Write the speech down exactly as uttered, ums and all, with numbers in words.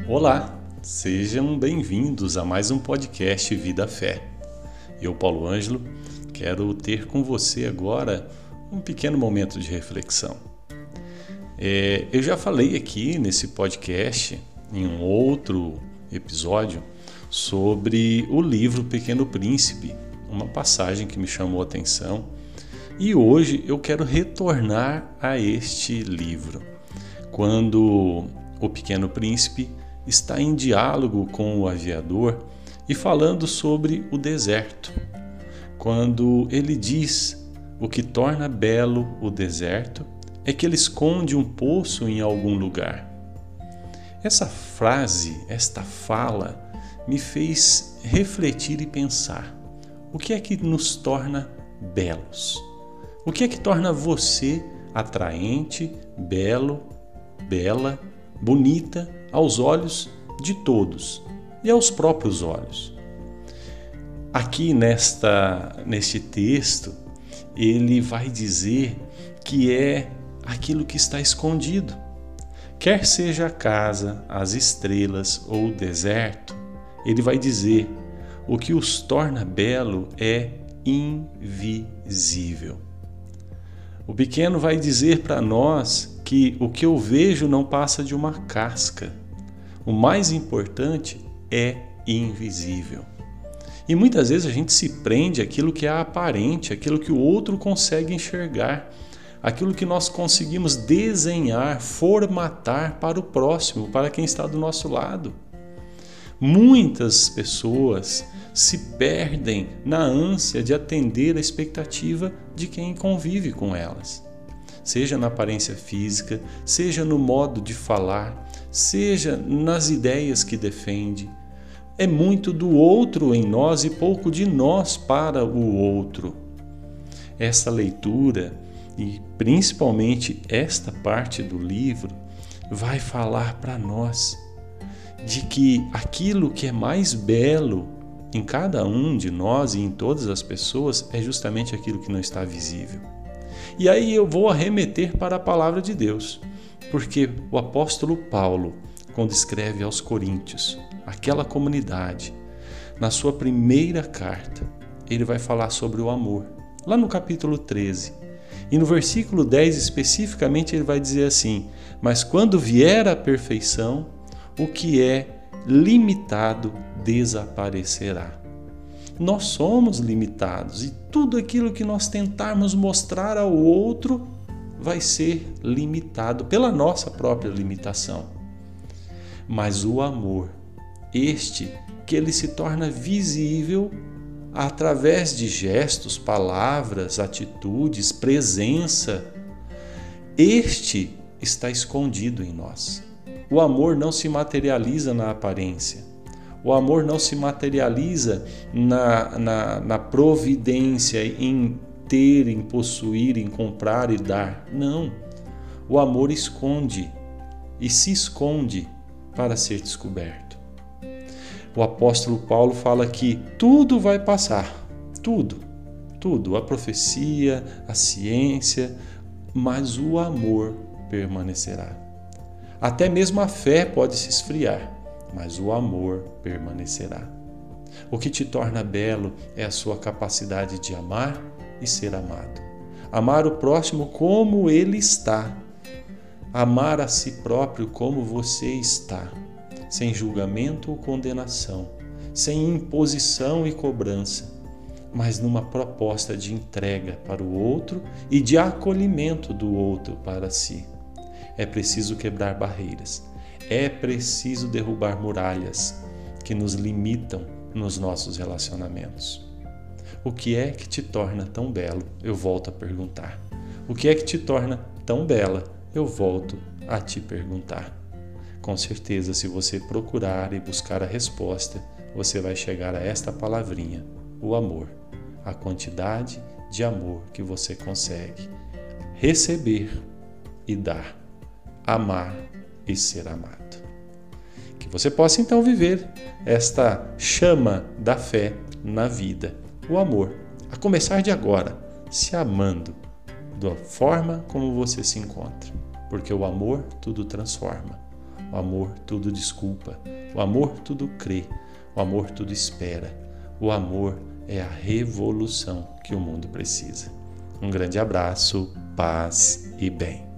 Olá, sejam bem-vindos a mais um podcast Vida Fé. Eu, Paulo Ângelo, quero ter com você agora um pequeno momento de reflexão. É, eu já falei aqui nesse podcast, em um outro episódio, sobre o livro Pequeno Príncipe, uma passagem que me chamou a atenção, e hoje eu quero retornar a este livro, quando o Pequeno Príncipe está em diálogo com o aviador e falando sobre o deserto, quando ele diz: o que torna belo o deserto é que ele esconde um poço em algum lugar. Essa frase, esta fala, me fez refletir e pensar: o que é que nos torna belos? O que é que torna você atraente, belo, bela, bonita aos olhos de todos e aos próprios olhos? Aqui nesta, neste texto, ele vai dizer que é aquilo que está escondido. Quer seja a casa, as estrelas ou o deserto, ele vai dizer: o que os torna belo é invisível. O pequeno vai dizer para nós que o que eu vejo não passa de uma casca. O mais importante é invisível. E muitas vezes a gente se prende àquilo que é aparente, aquilo que o outro consegue enxergar, aquilo que nós conseguimos desenhar, formatar para o próximo, para quem está do nosso lado. Muitas pessoas se perdem na ânsia de atender a expectativa de quem convive com elas. Seja na aparência física, seja no modo de falar, seja nas ideias que defende. É muito do outro em nós e pouco de nós para o outro. Essa leitura, e principalmente esta parte do livro, vai falar para nós de que aquilo que é mais belo em cada um de nós e em todas as pessoas é justamente aquilo que não está visível. E aí eu vou arremeter para a palavra de Deus, porque o apóstolo Paulo, quando escreve aos Coríntios, aquela comunidade, na sua primeira carta, ele vai falar sobre o amor, lá no capítulo treze. E no versículo dez especificamente ele vai dizer assim: mas quando vier a perfeição, o que é limitado desaparecerá. Nós somos limitados e tudo aquilo que nós tentarmos mostrar ao outro vai ser limitado pela nossa própria limitação. Mas o amor, este que ele se torna visível através de gestos, palavras, atitudes, presença, este está escondido em nós. O amor não se materializa na aparência. O amor não se materializa na, na, na providência, em ter, em possuir, em comprar e dar. Não. O amor esconde e se esconde para ser descoberto. O apóstolo Paulo fala que tudo vai passar. Tudo. Tudo. A profecia, a ciência, mas o amor permanecerá. Até mesmo a fé pode se esfriar, mas o amor permanecerá. O que te torna belo é a sua capacidade de amar e ser amado. Amar o próximo como ele está. Amar a si próprio como você está, sem julgamento ou condenação, sem imposição e cobrança, mas numa proposta de entrega para o outro e de acolhimento do outro para si. É preciso quebrar barreiras. É preciso derrubar muralhas que nos limitam nos nossos relacionamentos. O que é que te torna tão belo? Eu volto a perguntar. O que é que te torna tão bela? Eu volto a te perguntar. Com certeza, se você procurar e buscar a resposta, você vai chegar a esta palavrinha: o amor. A quantidade de amor que você consegue receber e dar. Amar e ser amado. Que você possa então viver esta chama da fé na vida, o amor, a começar de agora, se amando da forma como você se encontra, porque o amor tudo transforma. O amor tudo desculpa. O amor tudo crê. O amor tudo espera. O amor é a revolução que o mundo precisa. Um grande abraço, paz e bem.